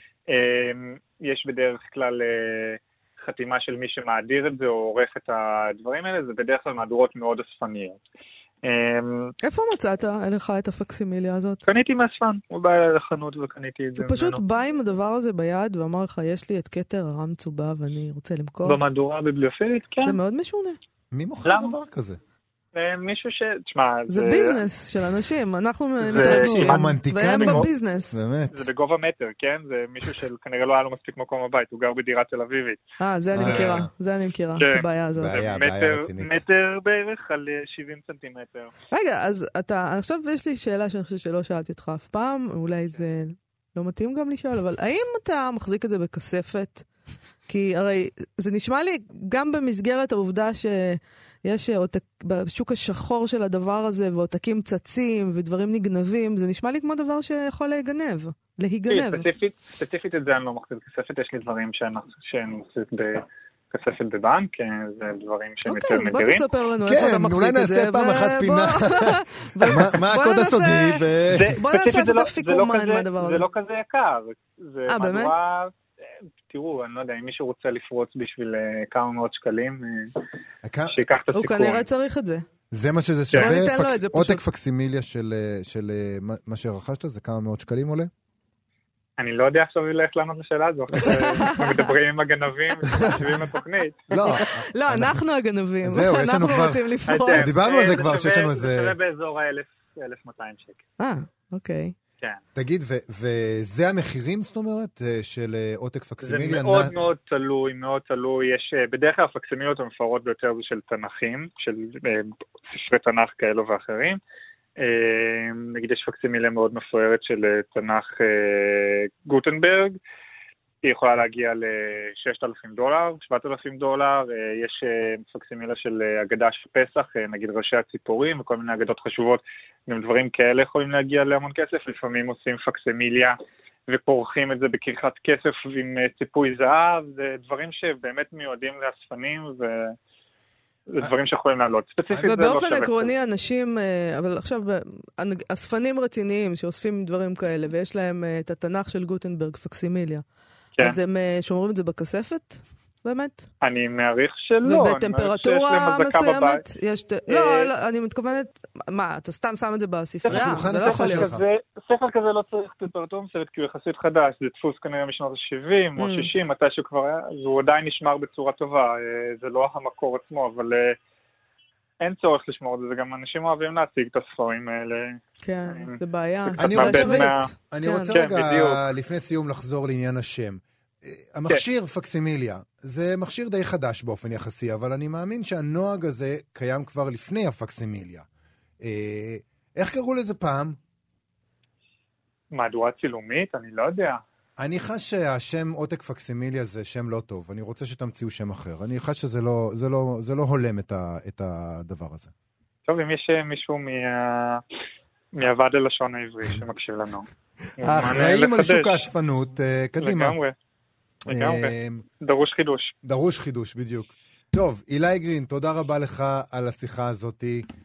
יש בדרך כלל חתימה של מי שמאדיר את זה או עורך את הדברים האלה, זה בדרך כלל מהדורות מאוד אספניות. איפה מצאת לך את הפקסימיליה הזאת? קניתי מהספן, הוא בא לחנות וקניתי את זה. הוא פשוט בא עם הדבר הזה ביד ואמר לך, יש לי את כתר הרם צובה ואני רוצה למכור. במהדורה ביבליופילית, כן. זה מאוד משונה. מי מוכר דבר כזה? מישהו ש... תשמע, זה ביזנס של אנשים, אנחנו מתרחשים. והם בביזנס. זה בגובה מטר, כן? זה מישהו שכנראה לא היה לו מספיק מקום בבית, הוא גר בדירה תל אביבית. אה, זה אני מכירה, זה אני מכירה, את הבעיה הזאת. מטר בערך על שבעים סנטימטר. רגע, אז אתה, עכשיו יש לי שאלה שאני חושבת שלא שאלתי אותך אף פעם, אולי זה לא מתאים גם לשאול, אבל האם אתה מחזיק את זה בכספת? כי הרי זה נשמע לי גם במסגרת העובדה ש... יש עותק, בשוק השחור של הדבר הזה, ועותקים צצים, ודברים נגנבים, זה נשמע לי כמו דבר שיכול להיגנב, להיגנב. ספציפית, ספציפית את זה אני לא מחזיק בכספת, יש לי דברים שאני מחזיק בכספת בבנק, זה דברים שהם יותר נדירים. אוקיי, אז בוא תספר לנו איפה אתה מחזיק את זה. כן, אולי נעשה פעם אחת פינה. מה הקוד הסודי? בוא נעשה את אפיקומן מהדבר הזה. זה לא כזה יקר. אה, באמת? תראו, אני לא יודע, אם מישהו רוצה לפרוץ בשביל כמה מאות שקלים, שיקח את הסיכון. הוא כנראה צריך את זה. זה מה שזה שווה? עותק פקסימיליה של מה שרכשת, זה כמה מאות שקלים עולה? אני לא יודע עכשיו איך לענות לשאלה הזו. אנחנו מדברים עם הגנבים וחושבים התוכנית. לא, אנחנו הגנבים. זהו, יש לנו כבר... אנחנו רוצים לפרוץ. דיברנו על זה כבר, שיש לנו איזה... זה שווה באזור ה-אלף ומאתיים שקל. אה, אוקיי. כן. תגיד, וזה המחירים, זאת אומרת, של עותק פקסימיליה? זה מאוד מאוד תלוי, מאוד תלוי. יש, בדרך כלל הפקסימיליות המפוארות ביותר זה של תנכים, של ספרי תנך כאלו ואחרים. נגיד יש פקסימיליה מאוד מפוארת של תנך גוטנברג, היא יכולה להגיע ל-ששת אלפים דולר, שבעת אלפים דולר, יש פקסימיליה של אגדה של פסח, נגיד ראשי הציפורים וכל מיני אגדות חשובות, גם דברים כאלה יכולים להגיע להמון כסף, לפעמים עושים פקסימיליה ופורחים את זה בכריכת כסף עם ציפוי זהב, זה דברים שבאמת מיועדים לאספנים ו... זה דברים שיכולים לעלות. ספציפית זה לא ובאופן עקרוני אנשים, אבל עכשיו, אספנים רציניים שאוספים דברים כאלה, ויש להם את התנ"ך של גוטנברג, פקסימיליה. אז הם שומרים את זה בכספת? באמת? אני מעריך שלא. ובטמפרטורה מסוימת? לא, אני מתכוונת, מה, אתה סתם שם את זה בספרייה? זה לא יכול להיות. ספר כזה לא צריך טמפרטורה מסוימת, כי הוא יחסית חדש, זה דפוס כנראה משנות ה-שבעים או שישים, מתי שהוא כבר היה, והוא עדיין נשמר בצורה טובה, זה לא המקור עצמו, אבל אין צורך לשמור את זה, גם אנשים אוהבים להציג את הספרים האלה. כן, זה בעיה. אני רוצה רגע, לפני סיום, לחזור לעניין השם. המכשיר פקסימיליה, זה מכשיר די חדש באופן יחסי, אבל אני מאמין שהנוהג הזה קיים כבר לפני הפקסימיליה. איך קראו לזה פעם? מהדורה צילומית? אני לא יודע. אני חש שהשם עותק פקסימיליה זה שם לא טוב. אני רוצה שתמציאו שם אחר. אני חש שזה לא, זה לא, זה לא הולם את, ה, את הדבר הזה. טוב, אם יש מישהו מה... מהוועד הלשון העברי שמקשיב לנו. האחראים על שוק האספנות, קדימה. לגמרי. דרוש חידוש. דרוש חידוש, בדיוק. טוב, אילי גרין, תודה רבה לך על השיחה הזאת.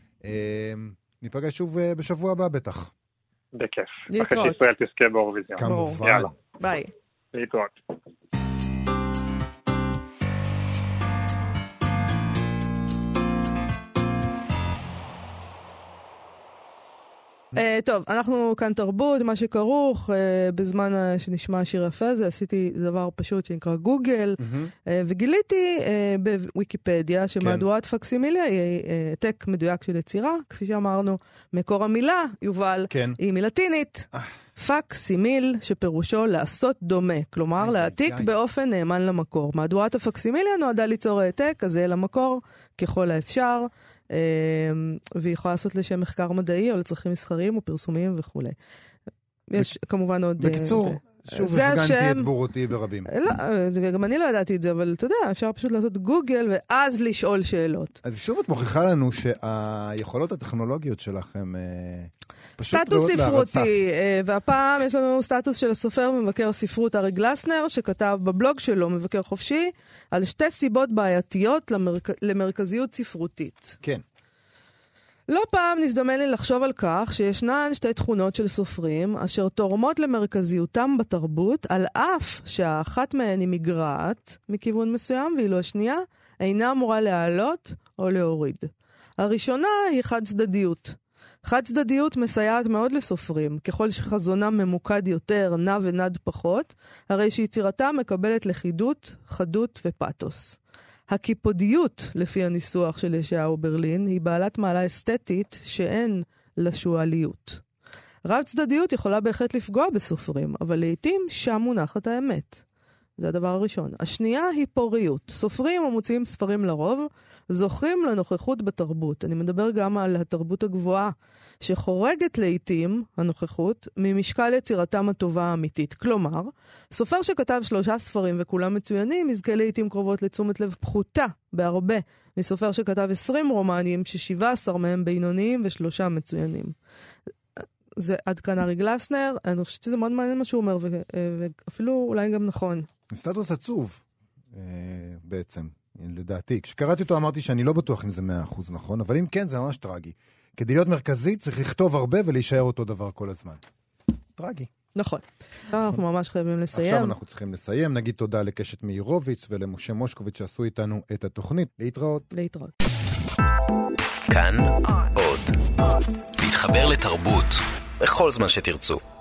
ניפגש שוב בשבוע הבא בטח. בכיף. אחרי שישראל תזכה באירוויזיון. כמובן. יאללה. ביי. להתראות. Uh, טוב, אנחנו כאן תרבות, מה שכרוך, uh, בזמן uh, שנשמע השיר יפה זה, עשיתי דבר פשוט שנקרא גוגל, mm-hmm. uh, וגיליתי uh, בוויקיפדיה שמהדורת פקסימיליה היא העתק uh, מדויק של יצירה, כפי שאמרנו, מקור המילה, יובל, כן. היא מלטינית, ah. פקסימיל, שפירושו לעשות דומה, כלומר איי, להעתיק איי. באופן נאמן למקור. מהדורת הפקסימיליה נועדה ליצור העתק, אז זה למקור ככל האפשר, והיא יכולה לעשות לשם מחקר מדעי או לצרכים מסחריים או פרסומיים וכו'. יש כמובן עוד... בקיצור, שוב הפגנתי את בורותי ברבים. לא, גם אני לא ידעתי את זה, אבל אתה יודע, אפשר פשוט לעשות גוגל ואז לשאול שאלות. אז שוב את מוכיחה לנו שהיכולות הטכנולוגיות שלכם פשוט סטטוס ספרותי, והפעם יש לנו סטטוס של הסופר מבקר ספרות ארי גלסנר, שכתב בבלוג שלו, מבקר חופשי, על שתי סיבות בעייתיות למרכ... למרכזיות ספרותית. כן. לא פעם נזדמן לי לחשוב על כך שישנן שתי תכונות של סופרים, אשר תורמות למרכזיותם בתרבות, על אף שהאחת מהן היא מגרעת מכיוון מסוים, ואילו השנייה אינה אמורה להעלות או להוריד. הראשונה היא חד צדדיות. חד צדדיות מסייעת מאוד לסופרים, ככל שחזונם ממוקד יותר, נע ונד פחות, הרי שיצירתם מקבלת לכידות, חדות ופתוס. הקיפודיות, לפי הניסוח של ישעיהו ברלין, היא בעלת מעלה אסתטית שאין לשואליות. רב צדדיות יכולה בהחלט לפגוע בסופרים, אבל לעתים שם מונחת האמת. זה הדבר הראשון. השנייה היא פוריות. סופרים המוציאים ספרים לרוב, זוכים לנוכחות בתרבות. אני מדבר גם על התרבות הגבוהה, שחורגת לעתים, הנוכחות, ממשקל יצירתם הטובה האמיתית. כלומר, סופר שכתב שלושה ספרים וכולם מצוינים, יזכה לעתים קרובות לתשומת לב פחותה, בהרבה, מסופר שכתב עשרים רומנים, ששבעה עשר מהם בינוניים ושלושה מצוינים. זה עד כאן ארי גלסנר, אני חושבת שזה מאוד מעניין מה שהוא אומר, ואפילו אולי גם נכון. סטטוס עצוב, בעצם, לדעתי. כשקראתי אותו אמרתי שאני לא בטוח אם זה מאה אחוז נכון, אבל אם כן זה ממש טרגי. כדי להיות מרכזי צריך לכתוב הרבה ולהישאר אותו דבר כל הזמן. טרגי. נכון. אנחנו ממש חייבים לסיים. עכשיו אנחנו צריכים לסיים. נגיד תודה לקשת מאירוביץ' ולמשה מושקוביץ' שעשו איתנו את התוכנית. להתראות. להתראות. כאן עוד. להתחבר לתרבות בכל זמן שתרצו.